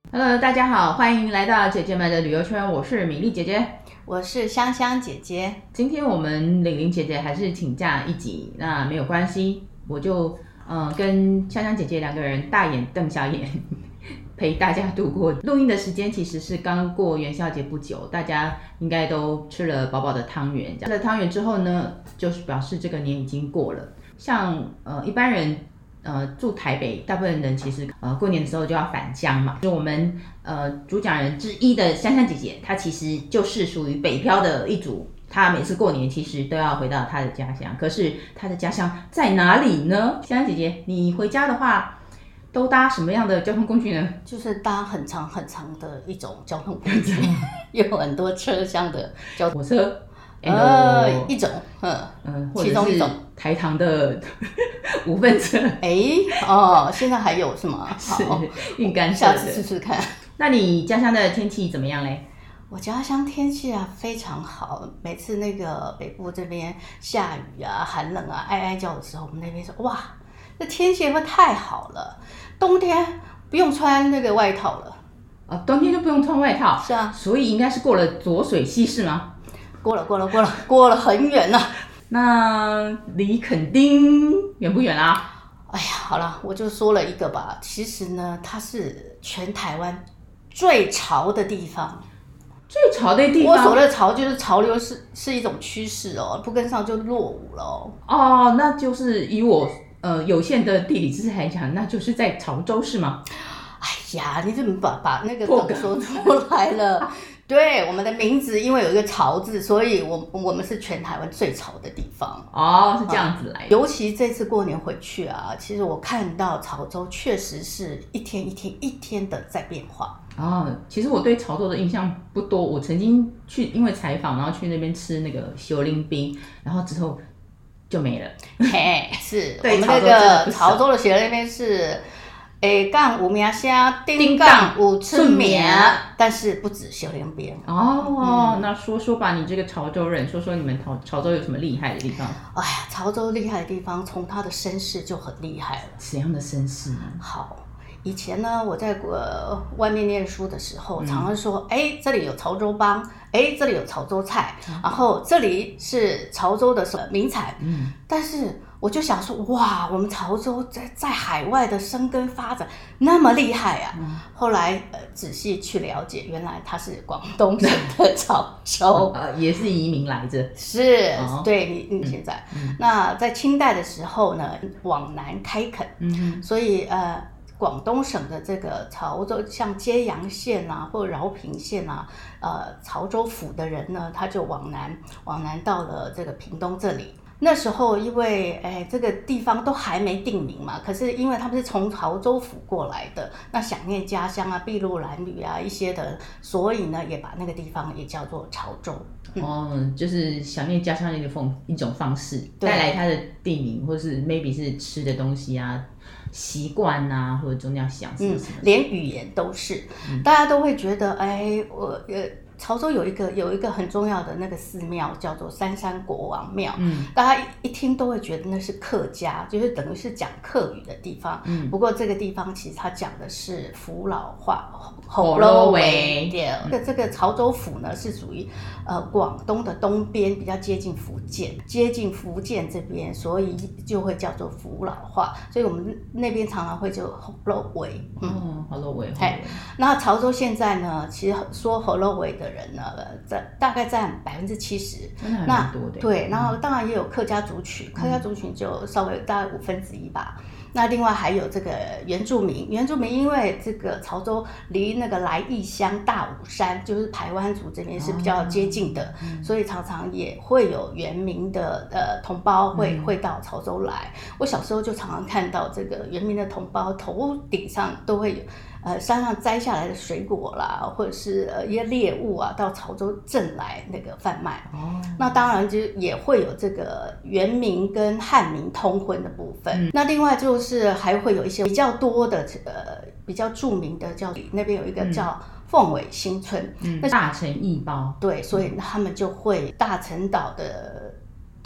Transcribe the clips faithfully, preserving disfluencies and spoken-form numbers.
Hello，大家好，欢迎来到姐姐们的旅游圈，我是米粒姐姐， 我是香香姐姐。 今天我们玲玲姐姐还是请假一集，那没有关系，我就呃跟香香姐姐两个人大眼瞪小眼，陪大家度过。录音的时间其实是刚过元宵节不久，大家应该都吃了饱饱的汤圆。吃了汤圆之后呢，就是表示这个年已经过了。像呃一般人。呃，住台北，大部分人其实呃过年的时候就要返乡嘛。就我们呃主讲人之一的香香姐姐，她其实就是属于北漂的一族。她每次过年其实都要回到她的家乡，可是她的家乡在哪里呢？香香姐姐，你回家的话都搭什么样的交通工具呢？ 就是搭很长很长的一种交通工具，有很多车厢的交通火车。 呃，一种，嗯嗯， 其中一种台糖的五分车。 哎，哦，现在还有是吗？ 是好， 运干社的。 下次试试看。 那你家乡的天气怎么样嘞？ 我家乡天气啊非常好，每次那个北部这边下雨啊、寒冷啊、哀哀叫的时候，我们那边说哇，这天气会太好了，冬天不用穿那个外套了。 啊，冬天就不用穿外套。 是啊， 所以应该是过了浊水溪是吗？ 过了，过了，过了，过了很远了。 那离垦丁远不远啊？ 哎呀，好了，我就说了一个吧。其实呢，它是全台湾最潮的地方。 最潮的地方， 我所谓的潮就是潮流是是一种趋势哦，不跟上就落伍了哦。 哦，那就是以我呃有限的地理知识来讲，那就是在潮州是吗？ 哎呀，你怎么把把那个梗说出来了？对，我们的名字因为有一个潮字，所以我我们是全台湾最潮的地方。 哦，是这样子来的、 嗯。尤其这次过年回去啊，其实我看到潮州确实是一天一天一天的在变化。 哦，其实我对潮州的印象不多，我曾经去因为采访，然后去那边吃那个小林冰，然后之后就没了。 嘿，是对我们那个潮州的写那边是。下港有名声，顶港有出名，但是不止小林边哦、嗯。那说说吧，你这个潮州人，说说你们潮潮州有什么厉害的地方？ 哎呀，潮州厉害的地方，从他的身世就很厉害了。 怎样的身世呢？ 好，以前呢，我在呃外面念书的时候，常常说，哎、嗯，这里有潮州帮，哎，这里有潮州菜，嗯、然后这里是潮州的什么名产，嗯，但是。我就想说，哇，我们潮州在在海外的生根发展那么厉害啊！嗯、后来呃仔细去了解，原来它是广东省的潮州， 呃，也是移民来着。 是，哦、对你你现在、嗯，那在清代的时候呢，往南开垦，嗯、所以呃。广东省的这个潮州，像揭阳县啊，或饶平县啊，呃，潮州府的人呢，他就往南，往南到了这个屏东这里。那时候因为哎这个地方都还没定名嘛，可是因为他们是从潮州府过来的，那想念家乡啊、筚路蓝缕啊一些的，所以呢也把那个地方也叫做潮州。 嗯、哦，就是想念家乡的一种一种方式，带来它的地名，或是 maybe 是吃的东西啊、习惯啊，或者宗教想是什么， 嗯，连语言都是，嗯、大家都会觉得哎我呃。潮州有一个有一个很重要的那个寺庙叫做三山国王庙，嗯，大家一听都会觉得那是客家，就是等于是讲客语的地方，嗯，不过这个地方其实它讲的是福佬话， 福佬话。 对，这这个潮州府呢是属于呃广东的东边，比较接近福建，接近福建这边，所以就会叫做福佬话，所以我们那边常常会就福佬话， 嗯，福佬话。 哎，那潮州现在呢，其实说福佬话的人呢，在大概占百分之七十， 那对，然后当然也有客家族群，客家族群就稍微大概五分之一吧。那另外还有这个原住民，原住民因为这个潮州离那个来义乡大武山，就是排湾族这边是比较接近的，哦嗯、所以常常也会有原民的呃同胞会、嗯、会到潮州来。我小时候就常常看到这个原民的同胞头顶上都会有。呃，山上摘下来的水果啦，或者是呃一些猎物啊，到潮州镇来那个贩卖。哦，那当然就也会有这个原民跟汉民通婚的部分。嗯、那另外就是还会有一些比较多的呃比较著名的叫那边有一个叫凤尾新村， 嗯、那大城一包。 对，所以他们就会大陈岛的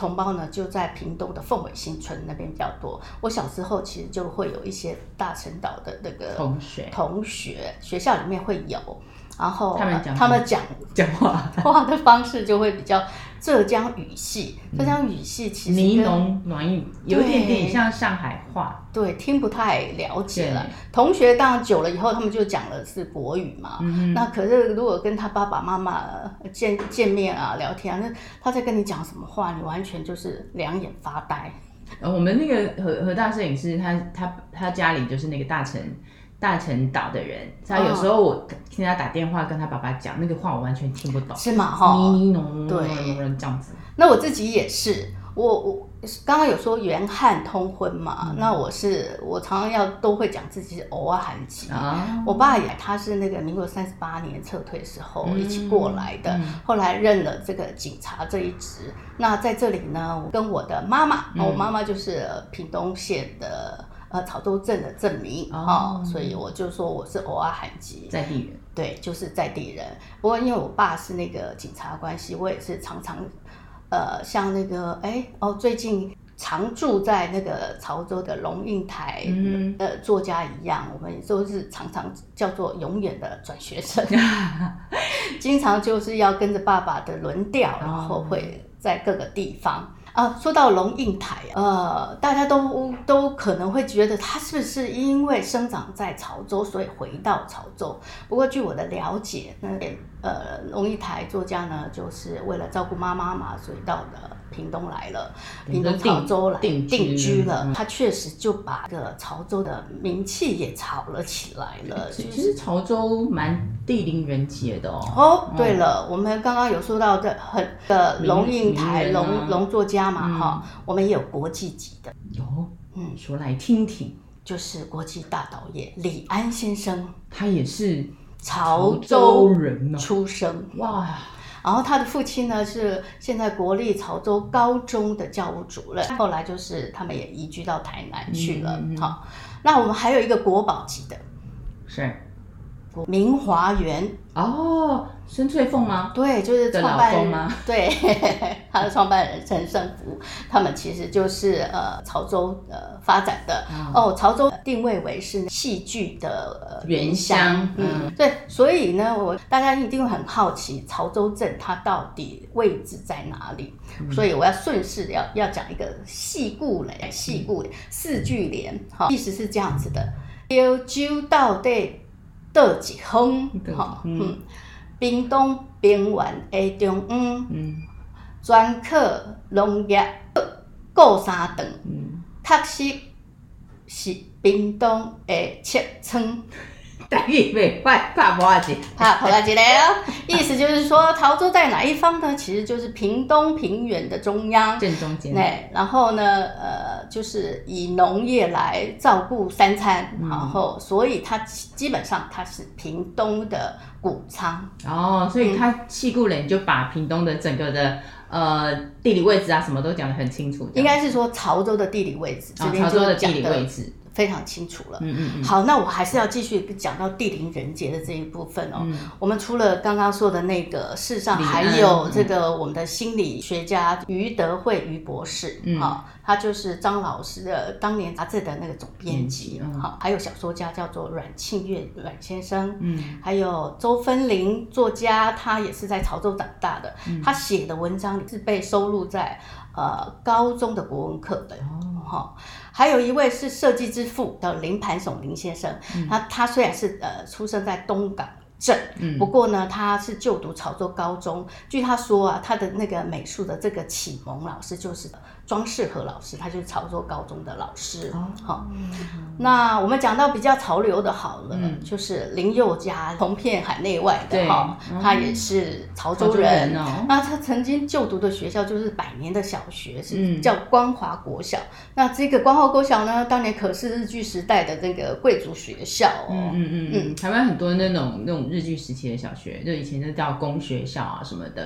同胞呢就在屏东的凤尾新村那边比较多。我小时候其实就会有一些大陈岛的那个同学， 同学学校里面会有，然后他们讲他们讲讲话话的方式就会比较浙江语系，浙江语系其实呢浓暖语，有一点点像上海话， 对，听不太了解了。同学当然久了以后，他们就讲的是国语嘛。嗯、那可是如果跟他爸爸妈妈见见面啊、聊天啊，那他在跟你讲什么话，你完全就是两眼发呆。 呃，我们那个何何大摄影师，他他他家里就是那个大陈大陈岛的人，他有时候我听他打电话跟他爸爸讲那个话，我完全听不懂， 是吗？哈， 呢呢浓对， 这样子。 那我自己也是，我我刚刚有说原汉通婚嘛，嗯、那我是我常常要都会讲自己是偶尔韩籍啊。我爸也他是那个民国三十八年撤退时候一起过来的，嗯、后来任了这个警察这一职。那在这里呢，我跟我的妈妈，嗯、我妈妈就是屏东县的。呃，潮州镇的镇民哦，所以我就说我是偶尔韩籍在地人， 对，就是在地人。不过因为我爸是那个警察关系，我也是常常，呃，像那个哎哦，最近常住在那个潮州的龙应台嗯呃作家一样，我们都是常常叫做永远的转学生，经常就是要跟着爸爸的轮调，然后会在各个地方。啊，说到龙应台，呃，大家都都可能会觉得他是不是因为生长在潮州，所以回到潮州？不过据我的了解，那呃，龙应台作家呢，就是为了照顾妈妈嘛，所以到了屏东来了，屏东潮州来定定居了。嗯、他确实就把这个潮州的名气也炒了起来了。 其实潮州蛮地灵人杰的哦。 哦，对了，嗯、我们刚刚有说到的很的龙应台龙龙作家嘛，哈、嗯，我们也有国际级的。 有，嗯，说来听听。 就是国际大导演李安先生， 他也是潮州人出生， 哇。 然后他的父亲呢是现在国立潮州高中的教务主任，后来就是他们也移居到台南去了。嗯嗯好，那我们还有一个国宝级的， 是明华园哦，孙翠凤吗？ 对，就是创办人吗？ 对，他的创办人陈胜福，他们其实就是呃潮州呃发展的、嗯、哦，潮州定位为是戏剧的、呃、原乡，嗯，嗯对，所以呢，我大家一定会很好奇潮州镇它到底位置在哪里，嗯、所以我要顺势要要讲一个戏故嘞，戏故四句联，哈、哦，意思是这样子的：潮州到底倒一方，哈，嗯。屏东平原的中央，嗯，专科农业顾三顿，嗯，确实是屏东的切村。 台语袂歹，拍无仔字， 拍拍一个哦。意思就是说，潮州在哪一方呢？其实就是屏东平原的中央， 正中间。 对，然后呢，呃，就是以农业来照顾三餐，嗯、然后所以它基本上它是屏东的谷仓。 哦，所以他戏故人就把屏东的整个的。呃，地理位置啊，什么都讲得很清楚。 应该是说潮州的地理位置， 这边就讲的非常清楚了。 嗯嗯嗯。 好，那我还是要继续讲到地灵人杰的这一部分哦。嗯、我们除了刚刚说的那个，事实上还有这个我们的心理学家余德慧余博士，嗯、哦，他就是张老师的当年杂志的那个总编辑，好、嗯哦，还有小说家叫做阮庆月阮先生，嗯，还有周芬玲作家，他也是在潮州长大的，嗯、他写的文章是被收录在呃高中的国文课本，哦，还有一位是设计之父的林盘耸林先生，嗯、他他虽然是呃出生在东港镇，嗯、不过呢他是就读潮州高中，据他说啊，他的那个美术的这个启蒙老师就是庄世和老师，他就是潮州高中的老师。哦，好，那我们讲到比较潮流的好了，嗯、就是林宥嘉，同片海内外的哈，嗯、他也是潮州人。潮州人哦，那他曾经就读的学校就是百年的小学，是叫光华国小。嗯、那这个光华国小呢，当年可是日据时代的那个贵族学校哦。 嗯嗯嗯嗯，台湾很多那种那种日据时期的小学，就以前就叫公学校啊什么的。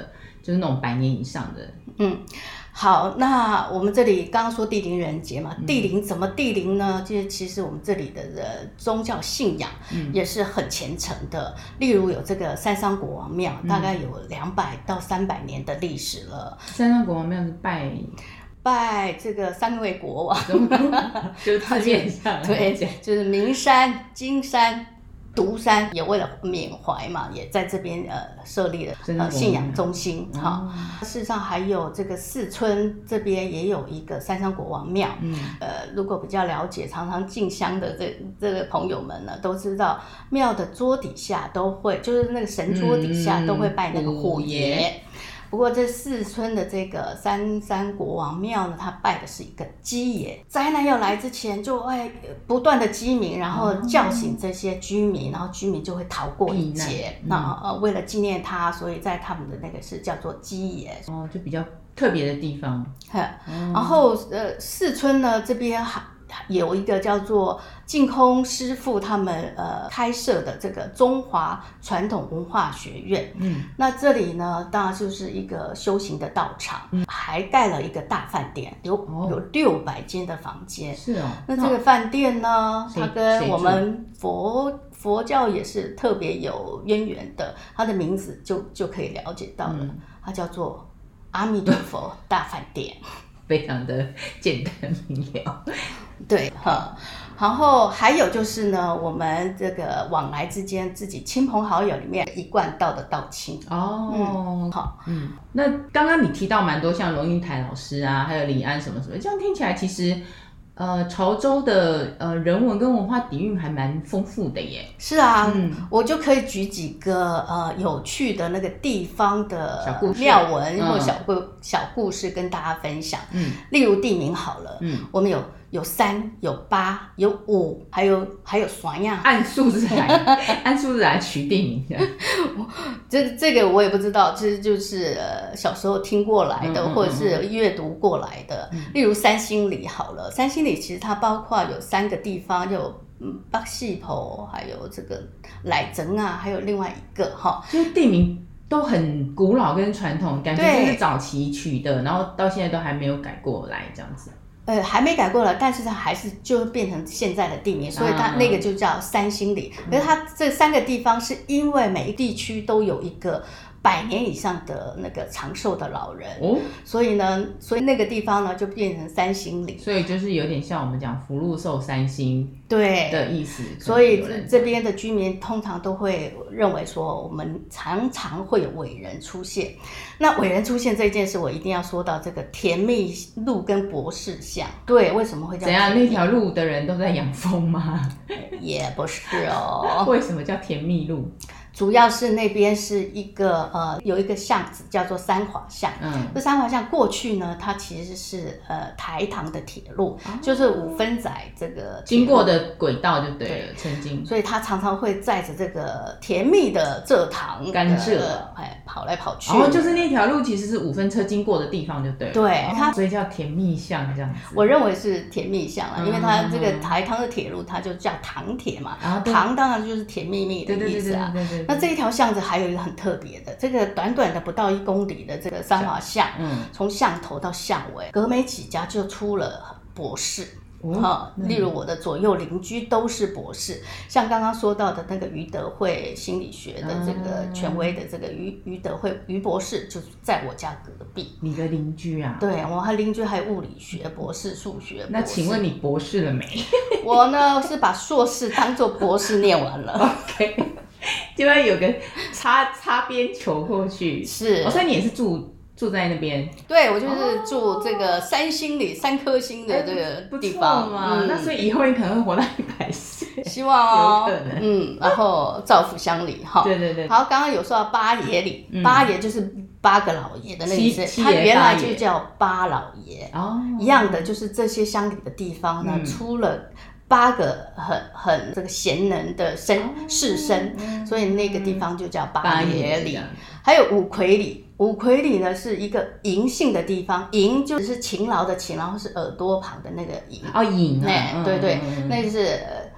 就是那种百年以上的。 嗯，好，那我们这里刚刚说地灵人杰嘛，地灵怎么地灵呢？就是其实我们这里的宗教信仰也是很虔诚的，例如有这个三山国王庙，大概有两百到三百年的历史了。 三山国王庙是拜拜这个三位国王， 就是字面上对，就是名山、金山。独山也为了缅怀嘛，也在这边呃设立了呃信仰中心哈、哦。事实上还有这个四村这边也有一个三山国王庙，嗯，呃，如果比较了解常常进香的这这个朋友们呢，都知道庙的桌底下都会，就是那个神桌底下都会拜那个虎爷。嗯不过这四村的这个三山国王庙呢，他拜的是一个鸡爷。灾难要来之前就哎不断的鸡鸣，然后叫醒这些居民，然后居民就会逃过一劫。那、嗯、呃为了纪念他，所以在他们的那个是叫做鸡爷。 哦，就比较特别的地方。 嗯、然后呃四村呢这边还有一个叫做净空师父他们呃开设的这个中华传统文化学院，嗯，那这里呢当然就是一个修行的道场，嗯，还盖了一个大饭店，有、哦、有六百间的房间， 是哦。 那这个饭店呢，它跟我们佛佛教也是特别有渊源的，它的名字就就可以了解到了，嗯、它叫做阿弥陀佛大饭店。 非常的简单明了， 对哈，然后还有就是呢，我们这个往来之间，自己亲朋好友里面一贯道的道亲哦，嗯，好，嗯，那刚刚你提到蛮多像龙应台老师啊，还有李安什么什么，这样听起来其实。呃，潮州的呃人文跟文化底蕴还蛮丰富的耶。 是啊，嗯，我就可以举几个呃有趣的那个地方的庙文或小故、嗯、小故事跟大家分享。嗯，例如地名好了，嗯，我们有有三有八有五，还有还有啥样？ 按数字来，按数字来取地名的。 这这个我也不知道，其实就是呃小时候听过来的，嗯嗯嗯或者是阅读过来的。嗯、例如三星里好了，三星里其实它包括有三个地方，有嗯北四埔，还有这个乃城啊，还有另外一个哈， 就是地名都很古老跟传统，感觉就是早期取的，然后到现在都还没有改过来这样子。 呃，还没改过了，但是它还是就变成现在的地名，所以它那个就叫三星里。可是它这三个地方是因为每一地区都有一个百年以上的那个长寿的老人，哦，所以呢，所以那个地方呢就变成三星里。 所以就是有点像我们讲福禄寿三星对的意思。 所以这边的居民通常都会认为说，我们常常会有伟人出现。那伟人出现这件事，我一定要说到这个甜蜜路跟博士像。对，为什么会叫怎样？那条路的人都在养蜂吗？ 也不是哦。 为什么叫甜蜜路？ 主要是那边是一个呃有一个巷子叫做三华巷，嗯，这三华巷过去呢，它其实是呃台糖的铁路，哦、就是五分仔这个经过的轨道就对了，曾经， 所以它常常会载着这个甜蜜的蔗糖甘蔗， 哎，跑来跑去。 然后、哦、就是那条路其实是五分车经过的地方就对了， 对，它、 哦、所以叫甜蜜巷这样子。 我认为是甜蜜巷啦，嗯、因为它这个台糖的铁路它就叫糖铁嘛，啊、糖当然就是甜蜜蜜的意思啊。对对对对对对，那这一条巷子还有一个很特别的，这个短短的不到一公里的这个三华巷，嗯，从巷头到巷尾，隔没几家就出了博士。哦、例如我的左右邻居都是博士，像刚刚说到的那个余德慧心理学的这个权威的这个余余德慧余博士，就在我家隔壁。 你的邻居啊？ 对，我和邻居还有物理学博士、数学博士。 那请问你博士了没？ 我呢是把硕士当做博士念完了。 OK， 就会有个擦擦边球过去。是，哦，所以你也是住。住在那边， 对，我就是住这个三星里三颗星的这个地方嘛、嗯。那所以以后你可能会活到一百岁， 希望哦， 有可能。 嗯，然后造福乡里哈。 对对对。 好，刚刚有说到八爷里，嗯、八爷就是八个老爷的那意思，他原来就叫八老爷。哦，一样的，就是这些乡里的地方呢，嗯、出了。八个很很这个贤能的绅士绅，所以那个地方就叫八爷里。还有五魁里，五魁里呢是一个银杏的地方，银就是勤劳的勤，然后是耳朵旁的那个银。 哦，银啊， 对对，嗯、那就是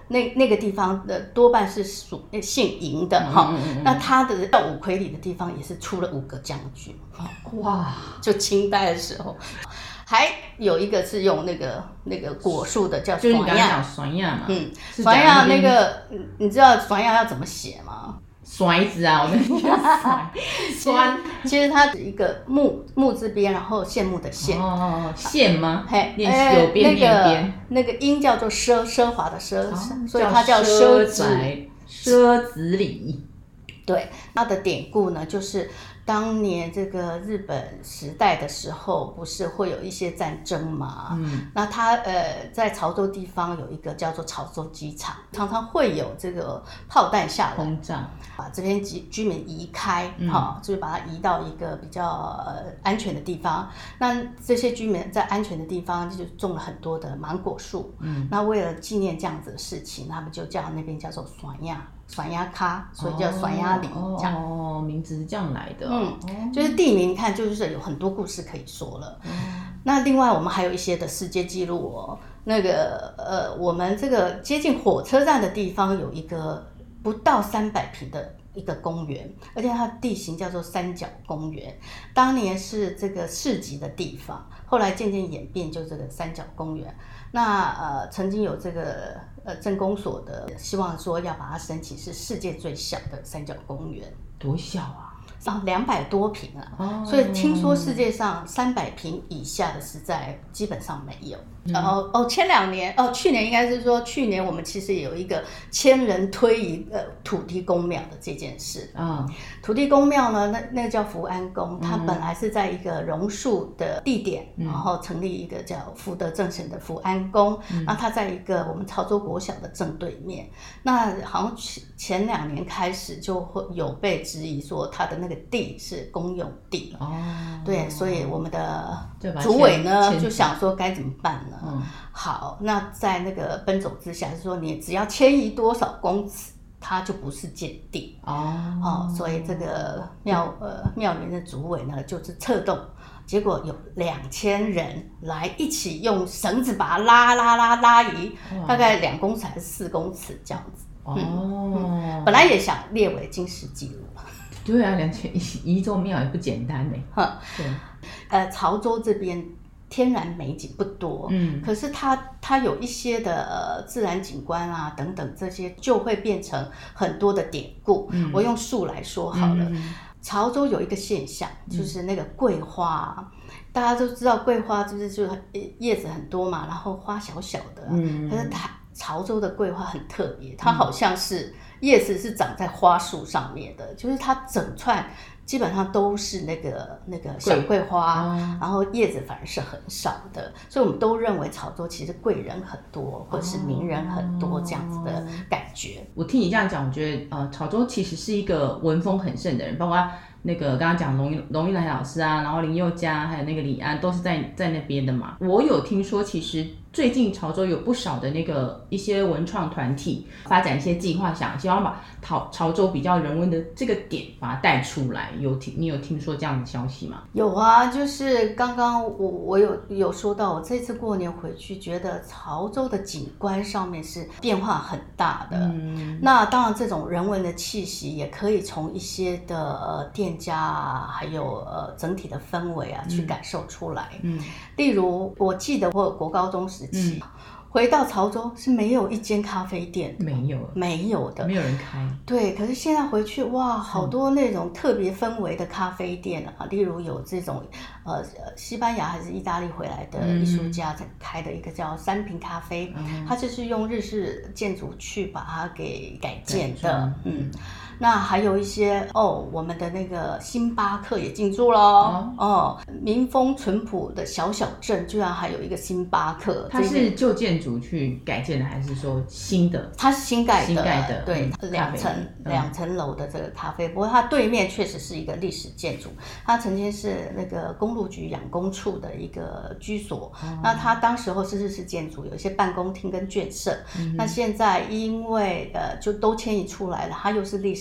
那那个地方的多半是属姓嬴的哈、嗯嗯嗯，那他的到五魁里的地方也是出了五个将军，哇，就清代的时候。还有一个是用那个那个果树的，叫酸亚，酸亚嘛， 嗯，酸亚那个，你知道酸亚要怎么写吗？ 甩子啊，我跟你讲，酸， 其实它是一个木木字边，然后羡慕的羡， 哦，羡吗？ 嘿， 念有边念边， 那个音叫做奢，奢华的奢， 哦、 所以它叫奢子， 奢子里。 对，它的典故呢，就是当年这个日本时代的时候，不是会有一些战争嘛？嗯，那它呃在潮州地方有一个叫做潮州机场，常常会有这个炮弹下来轰炸， 把这边居居民移开，哈、嗯，就是把它移到一个比较呃安全的地方。那这些居民在安全的地方就种了很多的芒果树，嗯，那为了纪念这样子的事情，他们就叫那边叫做酸亚。酸亚咖，所以叫酸亚里， 这样哦，名字是这样来的、哦， 嗯，就是地名，你看就是有很多故事可以说了。嗯、那另外我们还有一些的世界纪录哦，那个呃，我们这个接近火车站的地方有一个不到三百平的一个公园，而且它的地形叫做三角公园，当年是这个市集的地方，后来渐渐演变就这个三角公园。那呃，曾经有这个呃镇公所的希望说要把它申请是世界最小的三角公园， 多小啊？ 啊，两百多平啊、哦！所以听说世界上三百平以下的实在基本上没有。嗯、然后哦，前两年哦，去年应该是说去年我们其实也有一个千人推移呃土地公庙的这件事啊、嗯。土地公庙呢，那那个叫福安宫，它本来是在一个榕树的地点，嗯、然后成立一个叫福德正神的福安宫。嗯、那它在一个我们潮州国小的正对面。那好像前两年开始就会有被质疑说它的那个地是公用地哦，对，所以我们的主委呢就想说该怎么办呢？嗯、好，那在那个奔走之下，就是说你只要迁移多少公尺，它就不是建地哦。哦，所以这个庙呃庙园的主委呢就是策动，结果有两千人来一起用绳子把它拉拉拉拉移，大概两公尺还是四公尺这样子。哦、嗯嗯，本来也想列为金氏纪录。 对啊，两千一座庙也不简单呢。 对，呃，潮州这边天然美景不多，嗯，可是它它有一些的呃自然景观啊等等这些，就会变成很多的典故。嗯、我用树来说好了，嗯、潮州有一个现象，就是那个桂花，嗯、大家都知道桂花就是就叶子很多嘛，然后花小小的，嗯，可是它潮州的桂花很特别，它好像是。叶子是长在花树上面的，就是它整串基本上都是那个那个小桂花，哦、然后叶子反而是很少的，所以我们都认为潮州其实贵人很多，或者是名人很多这样子的感觉。 我听你这样讲，我觉得呃，潮州其实是一个文风很盛的人，包括那个刚刚讲龙龙玉兰老师啊，然后林宥嘉还有那个李安都是在在那边的嘛。我有听说，其实最近潮州有不少的那个一些文创团体发展一些计划，想希望把潮潮州比较人文的这个点把它带出来。有听你有听说这样的消息吗？ 有啊，就是刚刚我我有有说到，我这次过年回去，觉得潮州的景观上面是变化很大的。嗯，那当然这种人文的气息也可以从一些的呃店家啊，还有呃整体的氛围啊去感受出来。嗯，例如我记得我有国高中时期。嗯，回到潮州是没有一间咖啡店的， 没有， 没有的， 没有人开。 对，可是现在回去，哇，好多那种特别氛围的咖啡店啊，嗯、例如有这种呃西班牙还是意大利回来的艺术家开的一个叫三平咖啡，嗯、它就是用日式建筑去把它给改建的，嗯。那还有一些哦，我们的那个星巴克也进驻了哦，哦，民风淳朴的小小镇居然还有一个星巴克。 它是旧建筑去改建的，还是说新的？ 它是新盖的， 新盖的， 对，嗯、两层、嗯、两层楼的这个咖啡。不过它对面确实是一个历史建筑，它曾经是那个公路局养工处的一个居所。嗯、那它当时候是日式建筑，有一些办公厅跟眷舍。嗯、那现在因为呃就都迁移出来了，它又是历史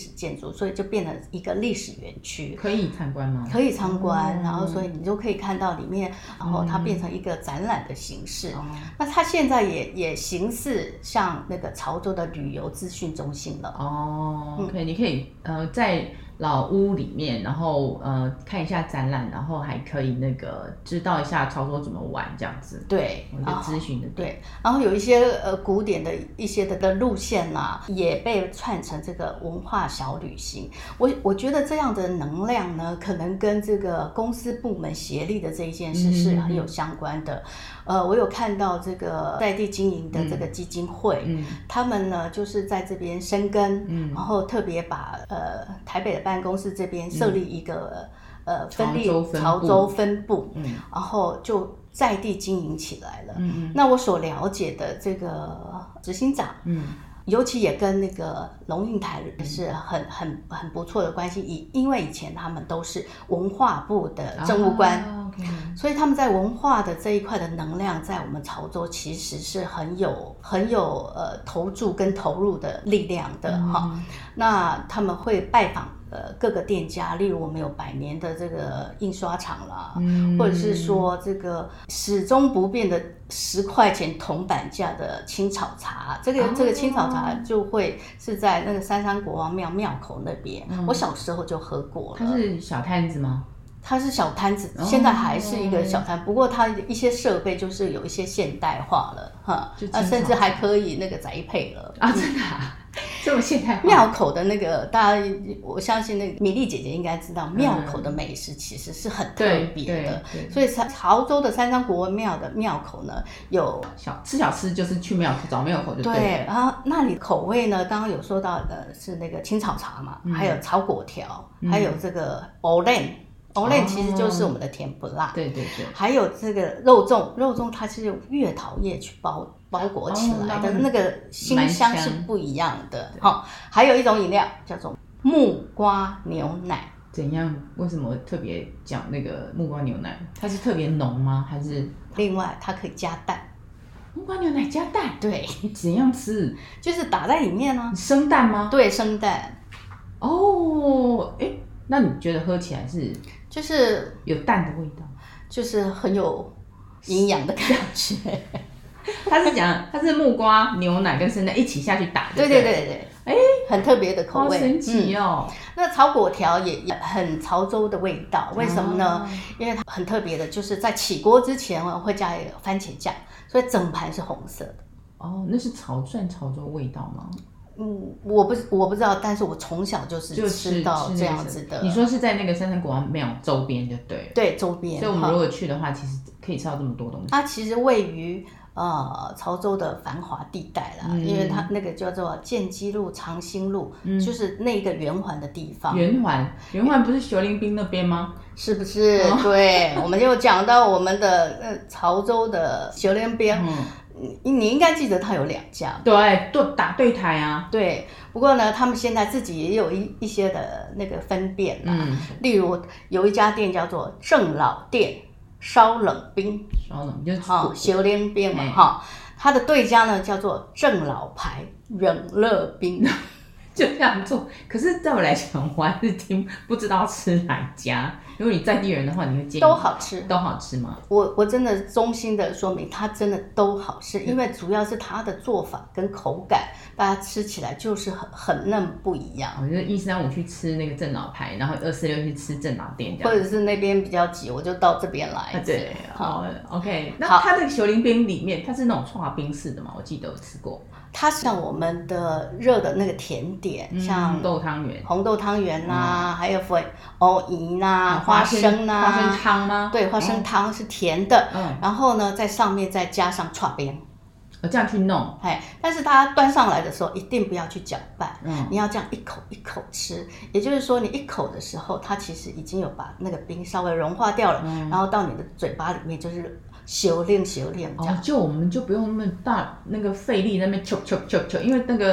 史建筑，所以就变成一个历史园区。 可以参观吗？ 可以参观， 哦、 然后所以你就可以看到里面，然后它变成一个展览的形式。 哦、 那它现在也也形似像那个潮州的旅游资讯中心了。 哦 ，OK，、嗯、你可以呃在老屋里面，然后呃看一下展览，然后还可以那个知道一下潮州怎么玩这样子。 对， 一个咨询的对，然后有一些呃古典的一些的的路线啦、啊，也被串成这个文化小旅行。我我觉得这样的能量呢，可能跟这个公司部门协力的这一件事是很有相关的。嗯呃，我有看到这个在地经营的这个基金会，嗯，他们呢就是在这边生根，嗯，然后特别把呃台北的办公室这边设立一个、嗯、呃分立潮州分部，嗯，然后就在地经营起来了。嗯嗯，那我所了解的这个执行长，嗯。尤其也跟那个龙应台是很很很不错的关系，以因为以前他们都是文化部的政务官，啊 okay. 所以他们在文化的这一块的能量，在我们潮州其实是很有很有呃投注跟投入的力量的哈、嗯。那他们会拜访呃各个店家，例如我们有百年的这个印刷厂啦，嗯、或者是说这个始终不变的十块钱铜板价的青草茶，这个、哦、这个青草茶就会是在那个三山国王庙庙口那边、嗯，我小时候就喝过了。 它是小摊子吗？ 它是小摊子，现在还是一个小摊，不过它一些设备就是有一些现代化了哈，那甚至还可以那个宅配了啊，真的、啊。这么现代化， 庙口的那个，大家我相信那个米粒姐姐应该知道，庙口的美食其实是很特别的。所以潮州的三山国文庙的庙口呢，有小吃小吃，就是去庙口找庙口就对了。 对，然后那里口味呢，刚刚有说到的是那个青草茶嘛，嗯、还有炒粿条、嗯，还有这个藕链。藕链其实就是我们的甜不辣， 哦、对对对， 还有这个肉粽，肉粽它是用月桃叶去包包裹起来的，哦、那个馨香是不一样的哈。还有一种饮料叫做木瓜牛奶， 怎样？为什么特别讲那个木瓜牛奶？它是特别浓吗？还是另外它可以加蛋？ 木瓜牛奶加蛋？ 对， 怎样吃？ 就是打在里面啊。 生蛋吗？ 对，生蛋。 哦，哎，那你觉得喝起来是？ 就是有蛋的味道， 就是很有营养的感觉。 它是讲它是木瓜、牛奶跟生蛋一起下去打的， 对对对对，哎，很特别的口味， 好神奇哦。 嗯、那炒粿条也也很潮州的味道，为什么呢？哦、因为它很特别的，就是在起锅之前会加一个番茄酱，所以整盘是红色的。 哦，那是潮算潮州味道吗？ 嗯，我不我不知道，但是我从小就是吃到这样子的。 你说是在那个三山国王庙周边就对了。 对，周边。 所以我们如果去的话，其实可以吃到这么多东西。 它其实位于呃潮州的繁华地带啦，嗯、因为它那个叫做建基路、长兴路，嗯、就是那个圆环的地方。 圆环，圆环不是熊林滨那边吗？ 是不是？哦、对，我们就讲到我们的呃潮州的熊林滨。嗯你应该记得它有两家， 对，对打对台啊， 对。不过呢，他们现在自己也有一一些的那个分辨啦，嗯、例如有一家店叫做郑老店烧冷冰， 烧冷就是哈烧冷冰嘛哈，它的对家呢叫做郑老牌冷热冰。 就这样做，可是在我来讲，我还是听不知道吃哪家。如果你在地人的话，你会建议都好吃， 都好吃吗？ 我我真的衷心的说明，它真的都好吃，因为主要是它的做法跟口感，大家吃起来就是很很嫩不一样。 我就一三五去吃那个郑老牌，然后二四六去吃郑老店， 或者是那边比较挤，我就到这边来。 对，好 ，OK。那它的熊林冰里面，它是那种刨冰式的嘛？我记得我吃过。 它像我们的热的那个甜点，嗯、像豆汤圆、 红豆汤圆呐，嗯、还有粉藕姨呐、花生呐、 花生汤吗？ 对，花生汤是甜的。嗯，然后呢，在上面再加上刨冰， 哦，这样去弄。 哎，但是大家端上来的时候，一定不要去搅拌，嗯，你要这样一口一口吃。也就是说，你一口的时候，它其实已经有把那个冰稍微融化掉了，嗯、然后到你的嘴巴里面就是。修炼修炼这样、 哦，就我们就不用那么大那个费力那边揪揪揪揪，因为那个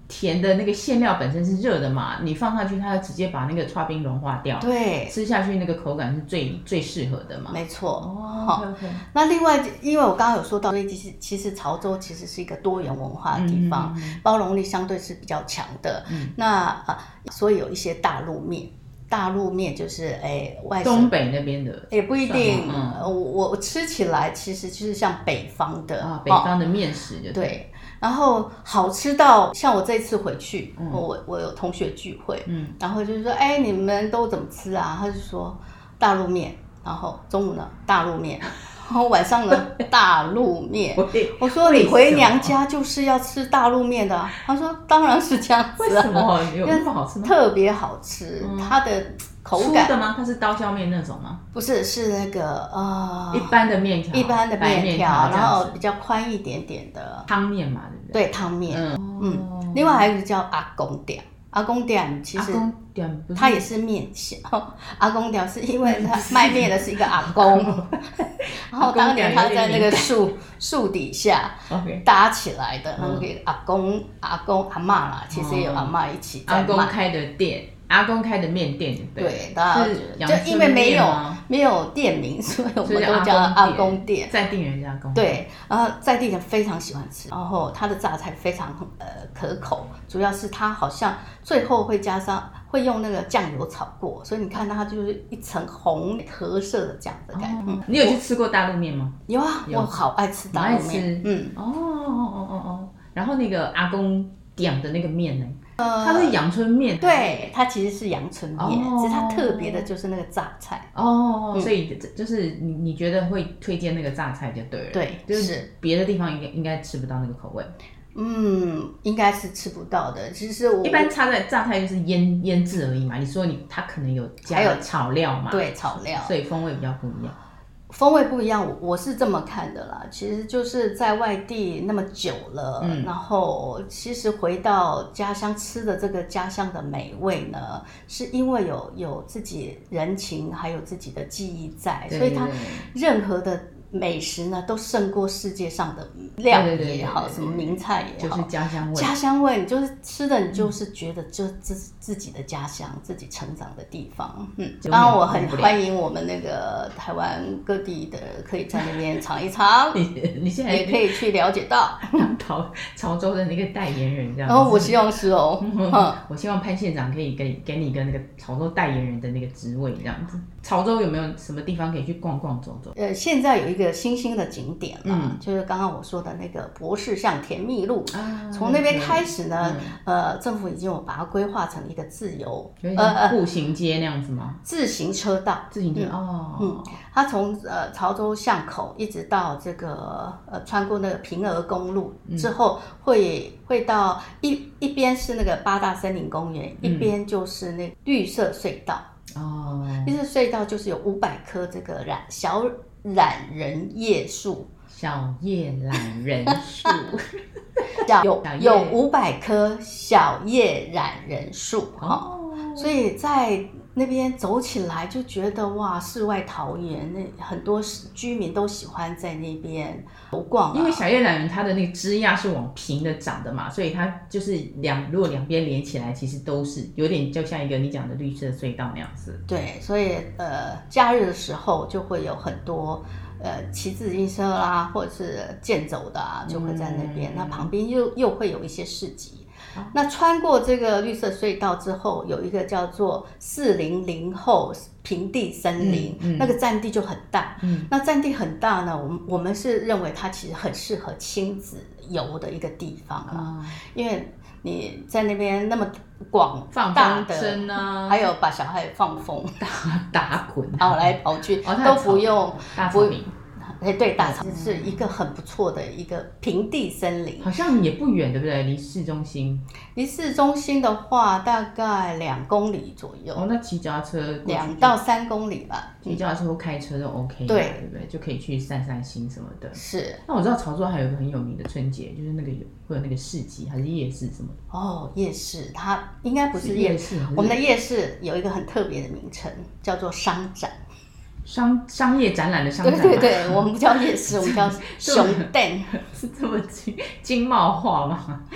甜的那个馅料本身是热的嘛，你放上去它直接把那个刨冰融化掉， 对， 吃下去那个口感是最最适合的嘛。 没错。 哦 ，OK OK。 那另外，因为我刚刚有说到，所以其实其实潮州其实是一个多元文化的地方，嗯嗯嗯包容力相对是比较强的。嗯、那啊，所以有一些大陆面。大陆面就是诶，外省东北那边的也不一定。嗯、我我吃起来其实就是像北方的啊，北方的面食就对。 对，然后好吃到像我这次回去，嗯、我我有同学聚会，嗯，然后就是说，哎，你们都怎么吃啊？他就说大陆面，然后中午呢大陆面。然后晚上呢，大陆面。我说你回娘家就是要吃大陆面的、啊。他说当然是这样子、啊。 为什么有那么好吃吗？ 特别好吃，嗯、它的口感。 粗的吗？它是刀削面那种吗？ 不是，是那个呃一般的面条， 一般的面条，然后比较宽一点点的汤面嘛，对不对？ 对，汤面。嗯嗯。另外还有一个叫阿公店。阿公店其实它也是面线，阿公店是因为他卖面的是一个阿公，然后当年他在那个树树底下搭起来的，那个阿公阿公阿嬷啦，其实也有阿嬷一起在卖。 阿公开的店，阿公开的面店， 对，是就因为没有没有店名，所以我们都叫阿公店， 在地人家公。 对，然后在地人非常喜欢吃，然后他的榨菜非常呃可口，主要是他好像最后会加上会用那个酱油炒过，所以你看它就是一层红褐色的这样的感觉。 哦、你有去吃过大陆面吗？ 有啊，我好爱吃大陆面。 嗯，哦哦哦哦哦，然后那个阿公点的那个面呢？呃，它是阳春面， 对，它其实是阳春面，哦、只是它特别的就是那个榨菜哦，嗯、所以就是你你觉得会推荐那个榨菜就对了， 对， 就是别的地方应该应该吃不到那个口味， 嗯，应该是吃不到的。其实我一般插在榨菜就是腌腌制而已嘛，你说你它可能有加有炒料嘛， 对，炒料， 所以风味比较不一样。 风味不一样，我我是这么看的啦。其实就是在外地那么久了，嗯、然后其实回到家乡吃的这个家乡的美味呢，是因为有有自己人情，还有自己的记忆在，所以它任何的美食呢，都胜过世界上的料理也好，什么名菜也好， 就是家乡味。 家乡味，你就是吃的，你就是觉得就自自己的家乡，自己成长的地方。嗯，当然我很欢迎我们那个台湾各地的，可以在那边尝一尝。 你你现在也可以去了解到潮潮州的那个代言人这样子。 然后我希望是哦， 我希望潘县长可以给给你一个那个潮州代言人的那个职位这样子。潮州有没有什么地方可以去逛逛走走？ 呃，现在有一个新兴的景点了，嗯、就是刚刚我说的那个博士巷甜蜜路，啊、从那边开始呢，嗯、呃，政府已经有把它规划成一个自由， 呃，步行街那样子吗？ 自行车道， 自行车、嗯、哦， 嗯，它从呃潮州巷口一直到这个呃穿过那个平峨公路之后，会会到一一边是那个八大森林公园，嗯、一边就是那绿色隧道。哦，绿色隧道就是有五百棵这个染小染人叶树， 小叶染人树， 有有五百棵小叶染人树哈，哦、所以在那边走起来就觉得哇，世外桃源，那很多居民都喜欢在那边游逛、啊。 因为小叶染人它的那个枝桠是往平的长的嘛，所以它就是两如果两边连起来，其实都是有点就像一个你讲的绿色隧道那样子。 对，所以呃，假日的时候就会有很多呃骑自行车啦，或者是健走的啊，就会在那边。嗯、那旁边又又会有一些市集。那穿过这个绿色隧道之后，有一个叫做四零零后平地森林，嗯嗯、那个占地就很大。嗯、那占地很大呢，我们我们是认为它其实很适合亲子游的一个地方啊，嗯、因为你在那边那么广大的， 放啊、 还有把小孩放风打打滚， 跑来跑去， 哦、 都不用大草坪。 哎，对，大草是一个很不错的一个平地森林， 好像也不远，对不对？离市中心， 离市中心的话大概两公里左右。 哦，那骑脚踏车两到三公里吧， 骑脚踏车或开车都 OK，对，对不对？就可以去散散心什么的。 是。 那我知道潮州还有一个很有名的春节，就是那个有会有那个市集还是夜市什么的。 哦，夜市，它应该不是夜市，我们的夜市有一个很特别的名称，叫做商展。 商商业展览的商展， 对对对，我们不叫夜市，我们叫熊店， 是这么经经贸化吗？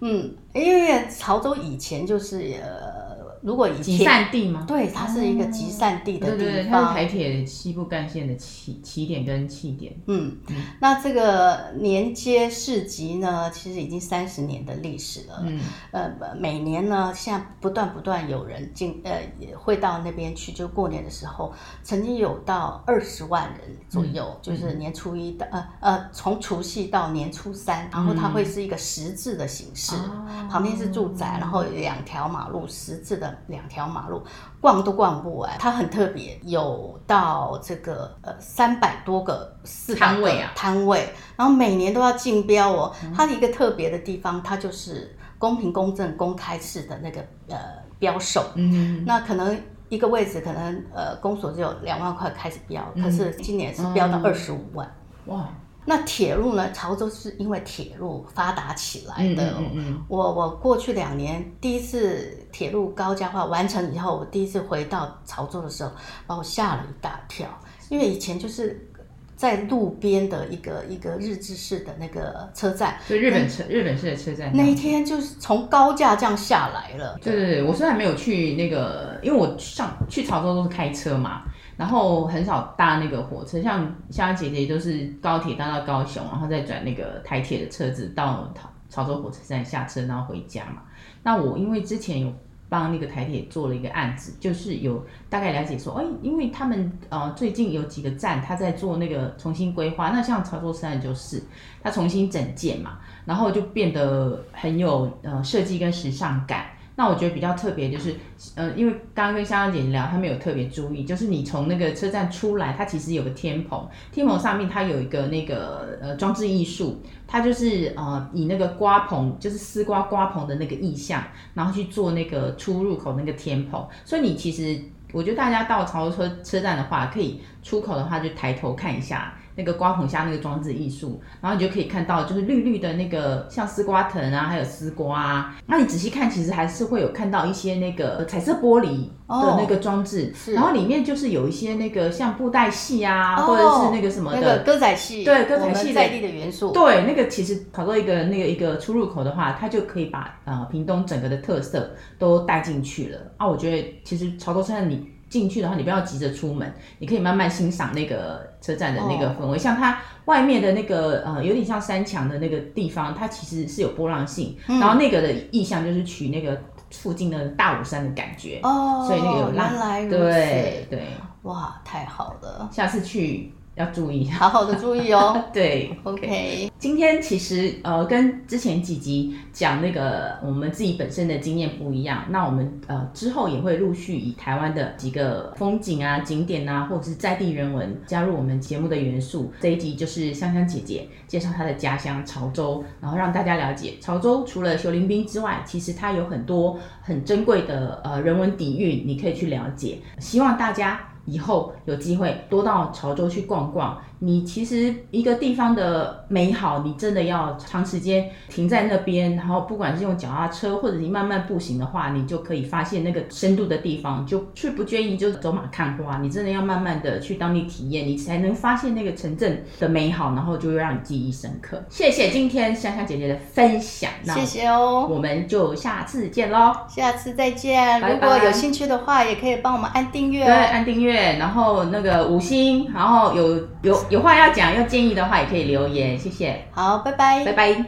嗯，因为潮州以前就是呃。如果以集散地吗？ 对，它是一个集散地的地方。 对对对，它是台铁西部干线的起起点跟起点。 嗯，嗯那这个年街市集呢，其实已经三十年的历史了。嗯，呃，每年呢，现在不断不断有人进，呃，也会到那边去。就过年的时候，曾经有到二十万人左右，嗯、就是年初一到呃呃，从除夕到年初三，然后它会是一个十字的形式，嗯、旁边是住宅，然后有两条马路十字的。两条马路逛都逛不完，它很特别，有到这个呃三百多个四摊位啊摊位，然后每年都要竞标哦。嗯、它一个特别的地方，它就是公平、公正、公开式的那个呃标售。嗯，那可能一个位置可能呃公所只有两万块开始标，嗯、可是今年是标到二十五万。嗯、哇！那铁路呢？潮州是因为铁路发达起来的。嗯嗯嗯、我我过去两年第一次铁路高架化完成以后，我第一次回到潮州的时候，把我吓了一大跳，因为以前就是在路边的一个一个日治式的那个车站， 就日本车、嗯、日本式的车站。 那一天就是从高架这样下来了。 对对对，我虽然没有去那个，因为我上去潮州都是开车嘛。然后很少搭那个火车，像像她姐姐都是高铁搭到高雄，然后再转那个台铁的车子到潮州火车站下车，然后回家嘛。那我因为之前有帮那个台铁做了一个案子，就是有大概了解说，哎，因为他们呃最近有几个站他在做那个重新规划，那像潮州车站就是他重新整建嘛，然后就变得很有呃设计跟时尚感。那我觉得比较特别就是，呃，因为刚刚跟香香姐姐聊，他们有特别注意，就是你从那个车站出来，它其实有个天棚，天棚上面它有一个那个呃装置艺术，它就是呃以那个瓜棚，就是丝瓜瓜棚的那个意象，然后去做那个出入口那个天棚，所以你其实我觉得大家到潮州车车站的话，可以出口的话就抬头看一下。那个瓜棚下那个装置艺术，然后你就可以看到就是绿绿的那个像丝瓜藤啊，还有丝瓜啊。那你仔细看，其实还是会有看到一些那个彩色玻璃的那个装置，哦、然后里面就是有一些那个像布袋戏啊，哦、或者是那个什么的那个歌仔戏， 对歌仔戏我们在地的元素。 对，那个其实跑到一个那个一个出入口的话，它就可以把呃屏东整个的特色都带进去了啊。我觉得其实潮州车站你进去的话，你不要急着出门，你可以慢慢欣赏那个车站的那个氛围。哦、像它外面的那个呃，有点像山墙的那个地方，它其实是有波浪性，嗯、然后那个的意象就是取那个附近的大武山的感觉。哦，所以那个有浪。 原来如此。 对对。 哇，太好了！ 下次去要注意， 好好的注意哦。 对 ，OK。 今天其实呃跟之前几集讲那个我们自己本身的经验不一样，那我们呃之后也会陆续以台湾的几个风景啊、景点啊，或者是在地人文加入我们节目的元素。这一集就是香香姐姐介绍她的家乡潮州，然后让大家了解潮州除了熊林滨之外，其实它有很多很珍贵的呃人文底蕴，你可以去了解。希望大家以后有机会多到潮州去逛逛，你其实一个地方的美好，你真的要长时间停在那边，然后不管是用脚踏车或者你慢慢步行的话，你就可以发现那个深度的地方，就去不建议就走马看花，你真的要慢慢的去当地体验，你才能发现那个城镇的美好，然后就会让你记忆深刻。谢谢今天香香姐姐的分享， 谢谢哦， 我们就下次见咯， 下次再见。拜拜。如果有兴趣的话，也可以帮我们按订阅哦， 对，按订阅，然后那个五星，然后有有有话要讲要建议的话，也可以留言，谢谢。 好，拜拜， 拜拜。